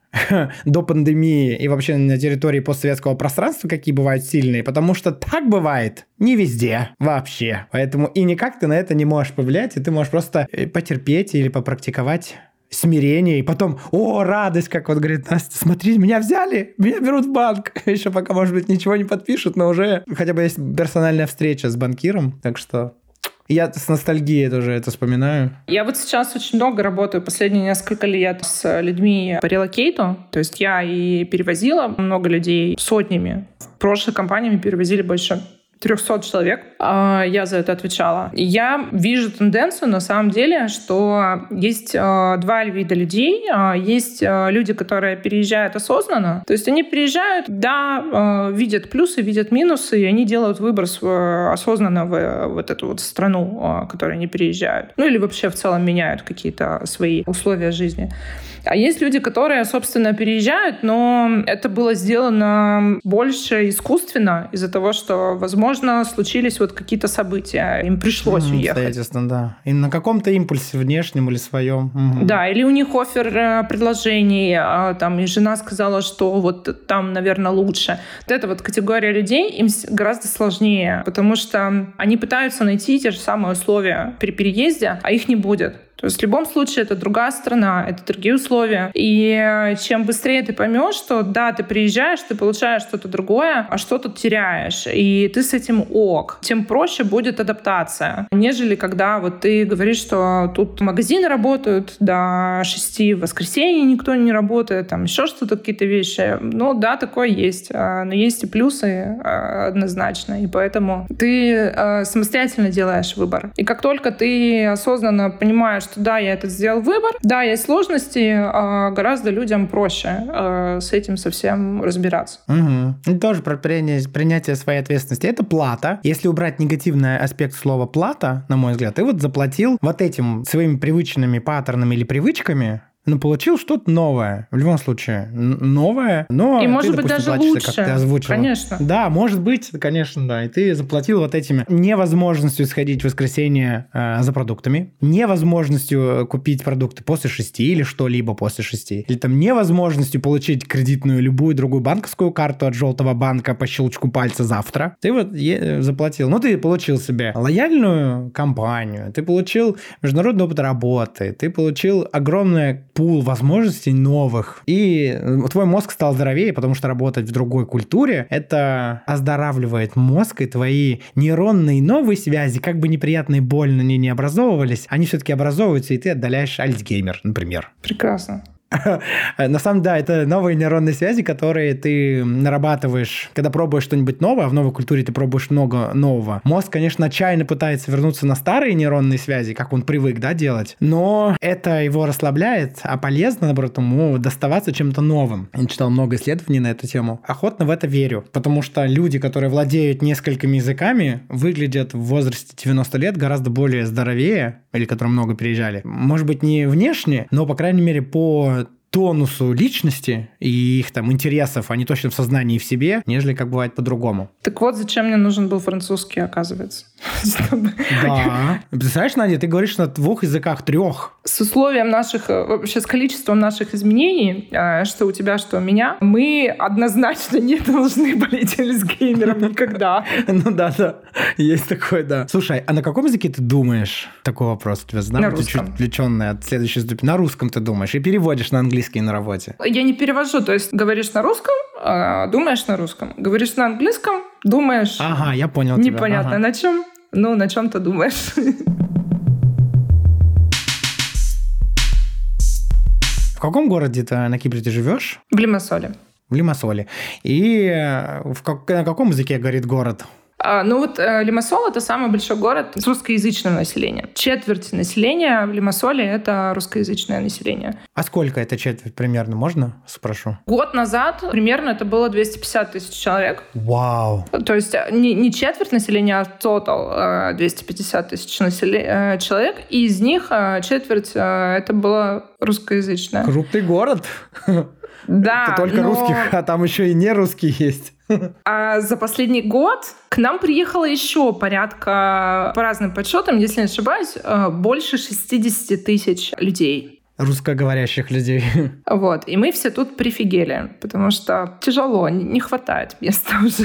до пандемии и вообще на территории постсоветского пространства, какие бывают сильные, потому что так бывает не везде вообще. Поэтому и никак ты на это не можешь повлиять, и ты можешь просто потерпеть или попрактиковать смирение, и потом, о, радость, как вот говорит Настя, смотри, меня взяли, меня берут в банк. Еще пока, может быть, ничего не подпишут, но уже хотя бы есть персональная встреча с банкиром, так что я с ностальгией тоже это вспоминаю. Я вот сейчас очень много работаю последние несколько лет с людьми по релокейту, то есть я и перевозила много людей сотнями. В прошлой компании мы перевозили больше триста человек. Я за это отвечала. Я вижу тенденцию, на самом деле, что есть два вида людей. Есть люди, которые переезжают осознанно. То есть они переезжают, да, видят плюсы, видят минусы, и они делают выбор осознанно в вот эту вот страну, в которую они переезжают. Ну или вообще в целом меняют какие-то свои условия жизни. А есть люди, которые, собственно, переезжают, но это было сделано больше искусственно из-за того, что, возможно, случились вот какие-то события, им пришлось mm, уехать. Обстоятельно, да. И на каком-то импульсе внешнем или своем. Угу. Да, или у них оффер предложений, там, и жена сказала, что вот там, наверное, лучше. Вот эта вот категория людей, им гораздо сложнее, потому что они пытаются найти те же самые условия при переезде, а их не будет. То есть в любом случае это другая страна, это другие условия. И чем быстрее ты поймешь, что да, ты приезжаешь, ты получаешь что-то другое, а что-то теряешь, и ты с этим ок, тем проще будет адаптация, нежели когда вот ты говоришь, что тут магазины работают до шести, в воскресенье никто не работает, там еще что-то, какие-то вещи. Ну да, такое есть. Но есть и плюсы однозначно, и поэтому ты самостоятельно делаешь выбор. И как только ты осознанно понимаешь, что да, я этот сделал выбор, да, есть сложности, а гораздо людям проще а, с этим совсем разбираться. Угу. Тоже про принятие, принятие своей ответственности. Это плата. Если убрать негативный аспект слова плата, на мой взгляд, ты вот заплатил вот этим своими привычными паттернами или привычками но получил что-то новое. В любом случае, новое, но и, ты, может допустим, быть, даже платишься, лучше. как ты озвучила. Конечно. Да, может быть, конечно, да. И ты заплатил вот этими невозможностью сходить в воскресенье э, за продуктами, невозможностью купить продукты после шести или что-либо после шести, или там невозможностью получить кредитную любую другую банковскую карту от желтого банка по щелчку пальца завтра. Ты вот е- заплатил. Ну, ты получил себе лояльную компанию, ты получил международный опыт работы, ты получил огромный пул возможностей новых, и твой мозг стал здоровее, потому что работать в другой культуре, это оздоравливает мозг, и твои нейронные новые связи, как бы неприятно и больно они не образовывались, они все-таки образовываются, и ты отдаляешь Альцгеймер, например. Прекрасно. На самом деле, да, это новые нейронные связи, которые ты нарабатываешь, когда пробуешь что-нибудь новое, а в новой культуре ты пробуешь много нового. Мозг, конечно, отчаянно пытается вернуться на старые нейронные связи, как он привык, да, делать, но это его расслабляет, а полезно, наоборот, ему доставаться чем-то новым. Я читал много исследований на эту тему. Охотно в это верю, потому что люди, которые владеют несколькими языками, выглядят в возрасте девяносто лет гораздо более здоровее, или которые много переезжали. Может быть, не внешне, но, по крайней мере, по тонусу личности и их там интересов, они точно в сознании и в себе, нежели как бывает по-другому. Так вот, зачем мне нужен был французский, оказывается. Да. Представляешь, Надя, ты говоришь на двух языках, трех. С условием наших, вообще с количеством наших изменений, что у тебя, что у меня, мы однозначно не должны болеть Альцгеймером никогда. Ну да, да, есть такое, да. Слушай, а на каком языке ты думаешь? Такой вопрос у тебя знаю. На Ты русском. чуть отвлеченная от следующей ступени. На русском ты думаешь и переводишь на английский на работе? Я не перевожу, то есть говоришь на русском, думаешь на русском. Говоришь на английском, думаешь... Ага, я понял тебя. Непонятно Ага. на чем, ну, на чем ты думаешь. В каком городе ты на Кипре ты живешь? В Лимассоле. В Лимассоле. И в как, на каком языке говорит город? А, ну вот э, Лимассол — это самый большой город с русскоязычным населением. Четверть населения в Лимассоле — это русскоязычное население. А сколько это четверть примерно, можно спрошу? Год назад примерно это было двести пятьдесят тысяч человек. Вау! То есть не, не четверть населения, а total э, двести пятьдесят тысяч населе- э, человек. И из них э, четверть э, это было русскоязычное. Крупный город. Да, это только но... русских, а там еще и не русские есть. А за последний год к нам приехало еще порядка, по разным подсчетам, если не ошибаюсь, больше шестьдесят тысяч людей. Русскоговорящих людей. Вот. И мы все тут прифигели, потому что тяжело, не хватает места уже.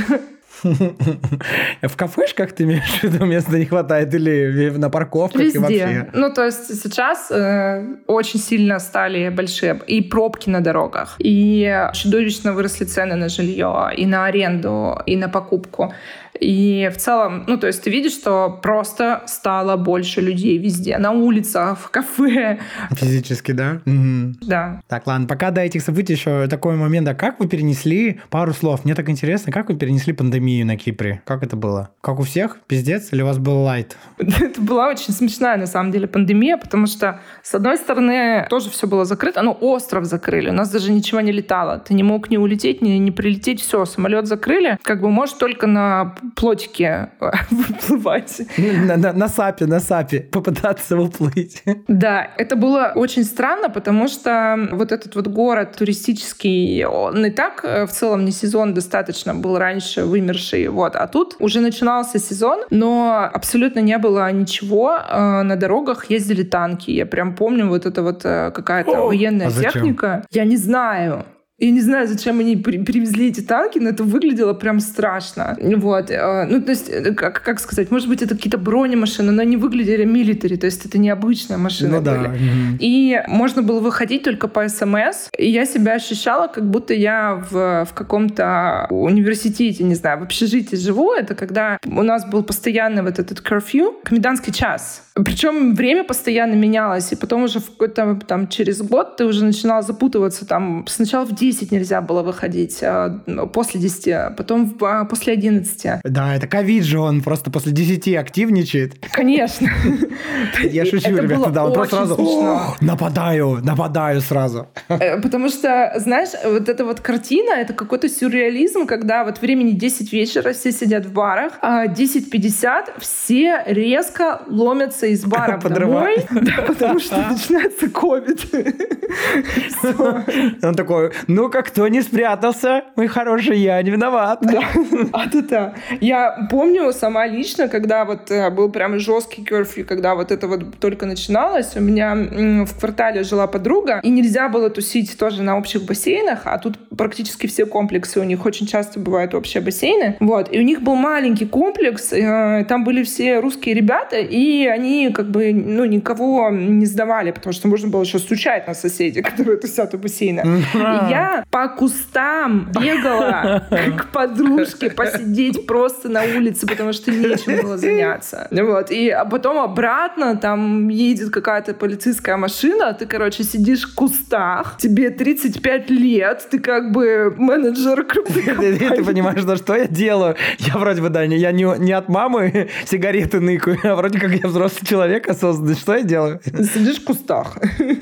В кафешках ты имеешь в виду места не хватает или на парковках? Везде. И вообще? Ну, то есть сейчас э, очень сильно стали большие и пробки на дорогах, и чудовищно выросли цены на жилье, и на аренду, и на покупку. И в целом, ну, то есть ты видишь, что просто стало больше людей везде. На улицах, в кафе. Физически, да? Угу. Да. Так, ладно, пока до этих событий еще такой момент. А как вы перенесли, пару слов, мне так интересно, как вы перенесли пандемию на Кипре? Как это было? Как у всех? Пиздец? Или у вас был лайт? Это была очень смешная, на самом деле, пандемия, потому что, с одной стороны, тоже все было закрыто. Ну, остров закрыли, у нас даже ничего не летало. Ты не мог ни улететь, ни, ни прилететь. Все, самолет закрыли. Как бы можешь только на плотике выплывать. На, на, на сапе, на сапе попытаться уплыть. Да, это было очень странно, потому что вот этот вот город туристический, он и так в целом не сезон достаточно был раньше вымерший, вот, а тут уже начинался сезон, но абсолютно не было ничего, на дорогах ездили танки, я прям помню вот это вот какая-то О, военная а техника, я не знаю. Я не знаю, зачем они при- привезли эти танки, но это выглядело прям страшно. Вот. Ну, то есть, как, как сказать, может быть, это какие-то бронемашины, но они выглядели милитари, то есть это необычная машина ну, да. были. Mm-hmm. И можно было выходить только по СМС, и я себя ощущала, как будто я в, в каком-то университете, не знаю, в общежитии живу. Это когда у нас был постоянный вот этот curfew, комендантский час. Причем время постоянно менялось, и потом уже в какой-то там через год ты уже начинал запутываться там сначала в десять нельзя было выходить, после десяти, потом после одиннадцати. Да, это ковид же, он просто после десяти активничает. Конечно. Я шучу, ребята, да, он просто сразу нападаю, нападаю сразу. Потому что, знаешь, вот эта вот картина, это какой-то сюрреализм, когда вот времени десять вечера, все сидят в барах, а десять пятьдесят все резко ломятся из бара домой, потому что начинается ковид. Он такой, ну-ка, кто не спрятался, мой хороший, я не виноват. Да, а-та-та. Я помню сама лично, когда вот был прям жесткий кёрфью, когда вот это вот только начиналось, у меня в квартале жила подруга, и нельзя было тусить тоже на общих бассейнах, а тут практически все комплексы, у них очень часто бывают общие бассейны, вот, и у них был маленький комплекс, там были все русские ребята, и они как бы, ну, никого не сдавали, потому что можно было еще стучать на соседей, которые тусят у бассейна. И я по кустам бегала к подружке посидеть просто на улице, потому что нечем было заняться. Вот. И потом обратно там едет какая-то полицейская машина, ты, короче, сидишь в кустах, тебе тридцать пять лет, ты как бы менеджер крупной компании. Ты понимаешь, да, что я делаю? Я вроде бы, да, я не, не от мамы сигареты ныкаю, а вроде как я взрослый человек осознанный. Что я делаю? Сидишь в кустах.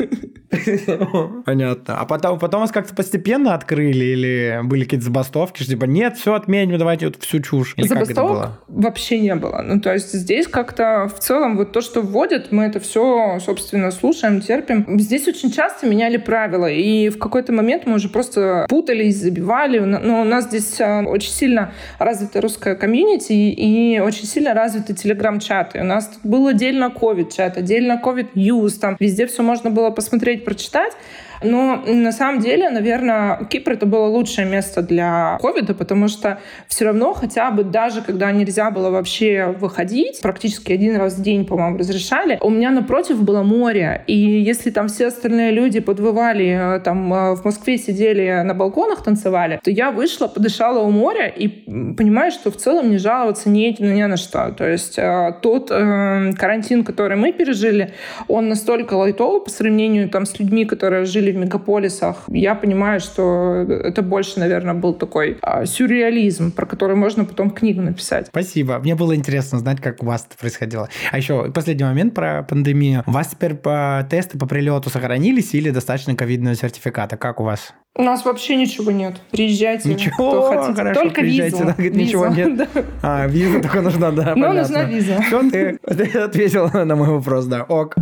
Понятно. А потом, потом вас как-то постепенно открыли или были какие-то забастовки, что типа нет, все отменим, давайте вот всю чушь? Или забастовок вообще не было. Ну, то есть здесь как-то в целом вот то, что вводят, мы это все, собственно, слушаем, терпим. Здесь очень часто меняли правила, и в какой-то момент мы уже просто путались, забивали. Но у нас здесь очень сильно развита русская комьюнити и очень сильно развиты телеграм-чаты. У нас тут был отдельно ковид-чат, отдельно ковид-ньюс, там везде все можно было посмотреть, прочитать. Но на самом деле, наверное, Кипр — это было лучшее место для ковида, потому что все равно хотя бы даже когда нельзя было вообще выходить, практически один раз в день, по-моему, разрешали, у меня напротив было море. И если там все остальные люди подвывали, там в Москве сидели на балконах, танцевали, то я вышла, подышала у моря и понимаю, что в целом не жаловаться не, ну, не на что. То есть тот э, карантин, который мы пережили, он настолько лайтовый по сравнению там, с людьми, которые жили в мегаполисах. Я понимаю, что это больше, наверное, был такой а, сюрреализм, про который можно потом книгу написать. Спасибо. Мне было интересно знать, как у вас это происходило. А еще последний момент про пандемию. У вас теперь по тесты по прилету сохранились или достаточно ковидного сертификата? Как у вас? У нас вообще ничего нет. Приезжайте, ничего, кто хотите. Хорошо, только приезжайте. визу. Она говорит, визу. ничего нет. Да. А, виза только нужна, да, Но понятно. нужна виза. Все, ты, ты ответила на мой вопрос, да. Ок.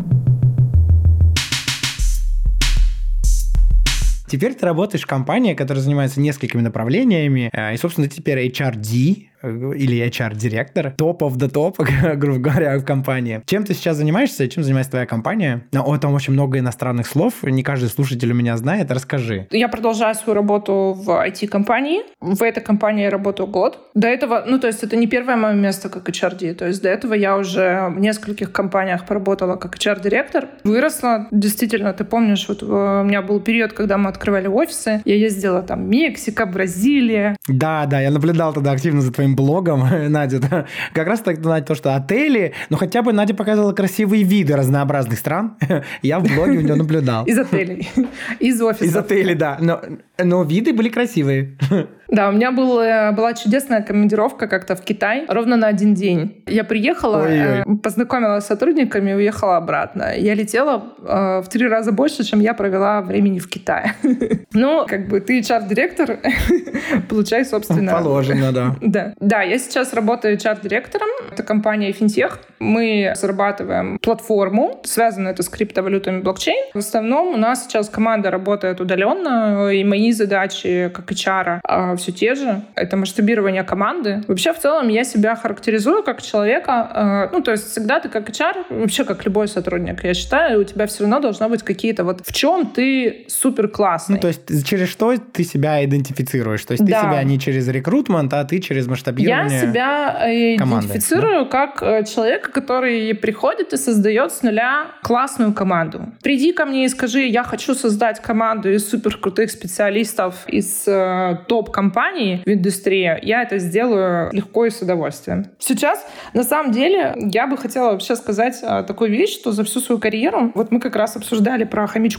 Теперь ты работаешь в компании, которая занимается несколькими направлениями, и, собственно, ты теперь эйч ар ди или эйч ар-директор, топ of the top, грубо говоря, в компании. Чем ты сейчас занимаешься и чем занимается твоя компания? О, там очень много иностранных слов, не каждый слушатель у меня знает, расскажи. Я продолжаю свою работу в ай ти-компании. В этой компании я работаю год. До этого, ну, то есть это не первое мое место как эйч ар ди, то есть до этого я уже в нескольких компаниях поработала как эйч ар-директор. Выросла, действительно, ты помнишь, вот у меня был период, когда мы открывали офисы, я ездила там Мексика, Бразилия. Да, да, я наблюдал тогда активно за твоим блогом, Надя, да. Как раз так, Надя, то, что отели, но хотя бы Надя показывала красивые виды разнообразных стран. Я в блоге у нее наблюдал. Из отелей, из офисов. Из отелей, да. Но, но виды были красивые. Да, у меня был, была чудесная командировка как-то в Китай ровно на один день. Я приехала, Ой-ой. познакомилась с сотрудниками и уехала обратно. Я летела э, в три раза больше, чем я провела времени в Китае. Ну, как бы ты эйч ар-директор, получай, собственно... Положено, да. Да. Да, я сейчас работаю эйч ар-директором. Это компания Fintech. Мы разрабатываем платформу, связанную это с криптовалютами блокчейн. В основном у нас сейчас команда работает удаленно, и мои задачи как эйч ар все те же. Это масштабирование команды. Вообще, в целом, я себя характеризую как человека, ну, то есть всегда ты как эйч ар, вообще как любой сотрудник, я считаю, у тебя все равно должно быть какие-то вот в чем ты супер классный. Ну, то есть через что ты себя идентифицируешь? То есть да. ты себя не через рекрутмент, а ты через масштабирование Я себя команды, идентифицирую да? как человека, который приходит и создает с нуля классную команду. Приди ко мне и скажи, я хочу создать команду из супер крутых специалистов из э, топ-компаний в индустрии, я это сделаю легко и с удовольствием. Сейчас, на самом деле, я бы хотела вообще сказать такую вещь, что за всю свою карьеру, вот мы как раз обсуждали про хомячков,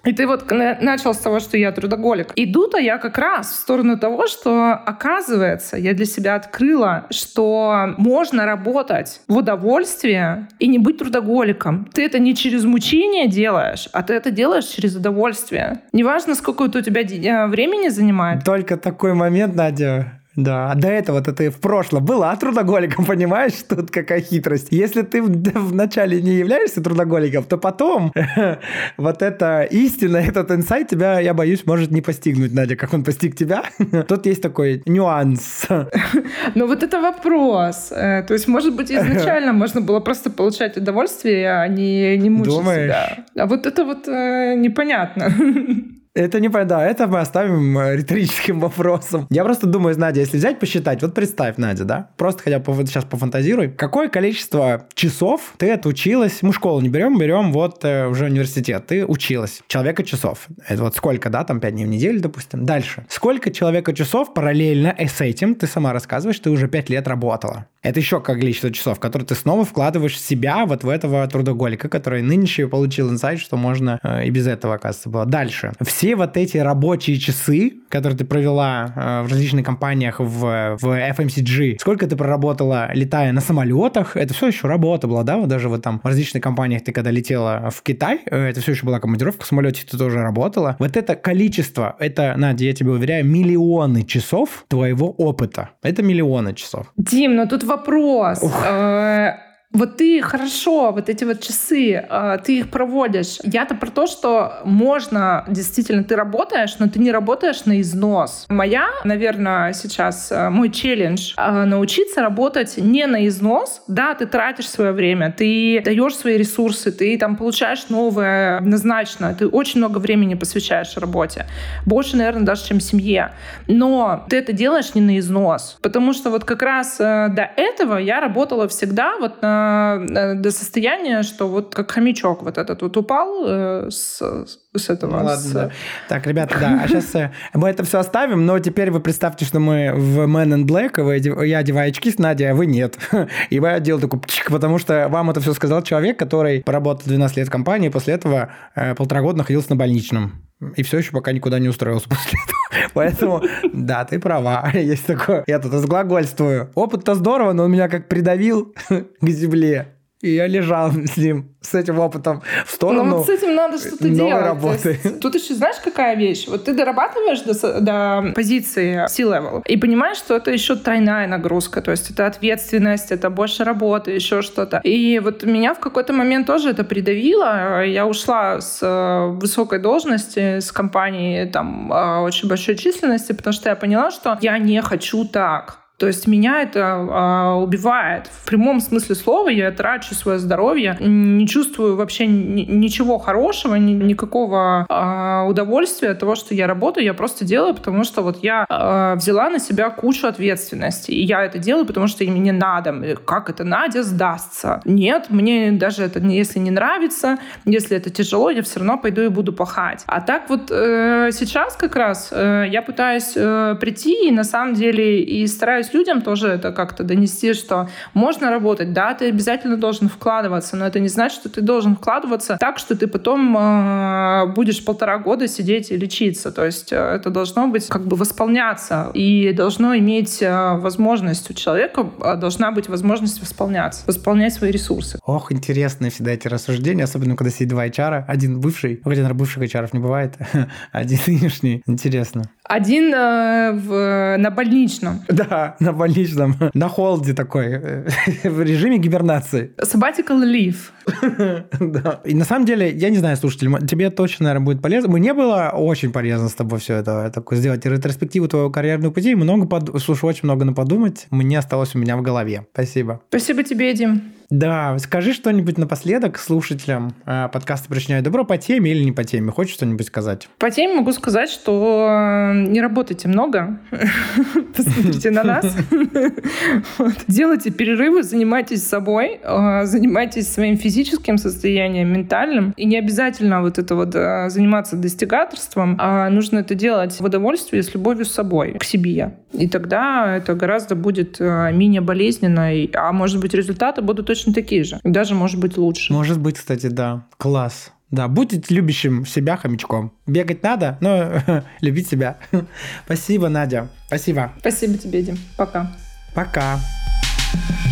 И ты вот начал с того, что я трудоголик. Иду-то я как раз в сторону того, что, оказывается, я для себя открыла, что можно работать в удовольствие и не быть трудоголиком. Ты это не через мучение делаешь, а ты это делаешь через удовольствие. Неважно, сколько это у тебя времени занимает. Только такой момент, Надя. Да, до этого-то ты в прошлом была трудоголиком, понимаешь? Тут какая хитрость. Если ты вначале не являешься трудоголиком, то потом вот эта истина, этот инсайт тебя, я боюсь, может не постигнуть, Надя, как он постиг тебя. Тут есть такой нюанс. Ну вот это вопрос. То есть, может быть, изначально можно было просто получать удовольствие, а не, не мучить Думаешь? себя. А вот это вот э, непонятно. Это не да, это мы оставим риторическим вопросом. Я просто думаю, Надя, если взять, посчитать, вот представь, Надя, да, просто хотя бы сейчас пофантазируй, какое количество часов ты отучилась, мы школу не берем, берем вот э, уже университет, ты училась, человека часов, это вот сколько, да, там пять дней в неделю, допустим, дальше. Сколько человека часов параллельно с этим, ты сама рассказываешь, ты уже пять лет работала. Это еще как количество часов, которые ты снова вкладываешь в себя, вот в этого трудоголика, который нынче получил инсайт, что можно э, и без этого, оказывается, было. Дальше. Все вот эти рабочие часы, которые ты провела э, в различных компаниях в, в эф эм си джи, сколько ты проработала, летая на самолетах, это все еще работа была, да, вот даже вот там в различных компаниях ты когда летела в Китай, э, это все еще была командировка, в самолете ты тоже работала. Вот это количество, это, Надя, я тебе уверяю, миллионы часов твоего опыта. Это миллионы часов. Дим, но тут вопрос. Вот ты хорошо, вот эти вот часы, ты их проводишь. Я-то про то, что можно, действительно, ты работаешь, но ты не работаешь на износ. Моя, наверное, сейчас мой челлендж — научиться работать не на износ. Да, ты тратишь свое время, ты даешь свои ресурсы, ты там получаешь новое однозначно, ты очень много времени посвящаешь работе. Больше, наверное, даже, чем семье. Но ты это делаешь не на износ. Потому что вот как раз до этого я работала всегда вот на до состояния, что вот как хомячок вот этот вот упал э, с, с этого. Ну, ладно, с... да. Так, ребята, да, а сейчас э, мы это все оставим, но теперь вы представьте, что мы в Man in Black, вы, я одеваю очки с Надей, а вы нет. И я делаю такой пчик, потому что вам это все сказал человек, который поработал двенадцать лет в компании, после этого э, полтора года находился на больничном. И все еще пока никуда не устроился после этого. Поэтому, да, ты права. Есть такое. Я тут разглагольствую. Опыт-то здорово, но он меня как придавил к земле. И я лежал с ним, с этим опытом в сторону Но вот с этим надо что-то новой делать. работы. Есть, тут еще знаешь, какая вещь? Вот ты дорабатываешь до, до позиции C-level и понимаешь, что это еще тройная нагрузка. То есть это ответственность, это больше работы, еще что-то. И вот меня в какой-то момент тоже это придавило. Я ушла с высокой должности, с компании там очень большой численности, потому что я поняла, что я не хочу так. То есть меня это а, убивает. В прямом смысле слова я трачу свое здоровье, не чувствую вообще ни, ничего хорошего, ни, никакого а, удовольствия от того, что я работаю. Я просто делаю, потому что вот я а, взяла на себя кучу ответственности. И я это делаю, потому что мне надо. Как это Надя сдастся? Нет, мне даже это, если не нравится, если это тяжело, я все равно пойду и буду пахать. А так вот э, сейчас как раз э, я пытаюсь э, прийти и на самом деле и стараюсь людям тоже это как-то донести, что можно работать, да, ты обязательно должен вкладываться, но это не значит, что ты должен вкладываться так, что ты потом э, будешь полтора года сидеть и лечиться. То есть э, это должно быть как бы восполняться и должно иметь э, возможность у человека, э, должна быть возможность восполняться, восполнять свои ресурсы. Ох, интересные всегда эйч ар-рассуждения, особенно когда сидит два эйч ар, один бывший, хотя, наверное, бывших эйч ар не бывает, один нынешний. Интересно. Один э, в, на больничном. Да, на больничном, на холде такой, в режиме гибернации. Sabbatical leave. Да. И на самом деле, я не знаю, слушатель, тебе точно, наверное, будет полезно. Мне было очень полезно с тобой все это, такое, сделать ретроспективу твоего карьерного пути. Много под... Слушай, очень много на подумать. Мне осталось у меня в голове. Спасибо. Спасибо тебе, Дим. Да, скажи что-нибудь напоследок слушателям подкаста «Причиняю добро» по теме или не по теме. Хочешь что-нибудь сказать? По теме могу сказать, что не работайте много. Посмотрите на нас. Делайте перерывы, занимайтесь собой, занимайтесь своим физическим состоянием, ментальным. И не обязательно вот это вот заниматься достигаторством, а нужно это делать в удовольствии, с любовью с собой, к себе. И тогда это гораздо будет менее болезненно, а может быть результаты будут точно такие же. Даже может быть лучше. Может быть, кстати, да. Класс. Да, будьте любящим себя хомячком. Бегать надо, но любить себя. Спасибо, Надя. Спасибо. Спасибо тебе, Дим. Пока. Пока.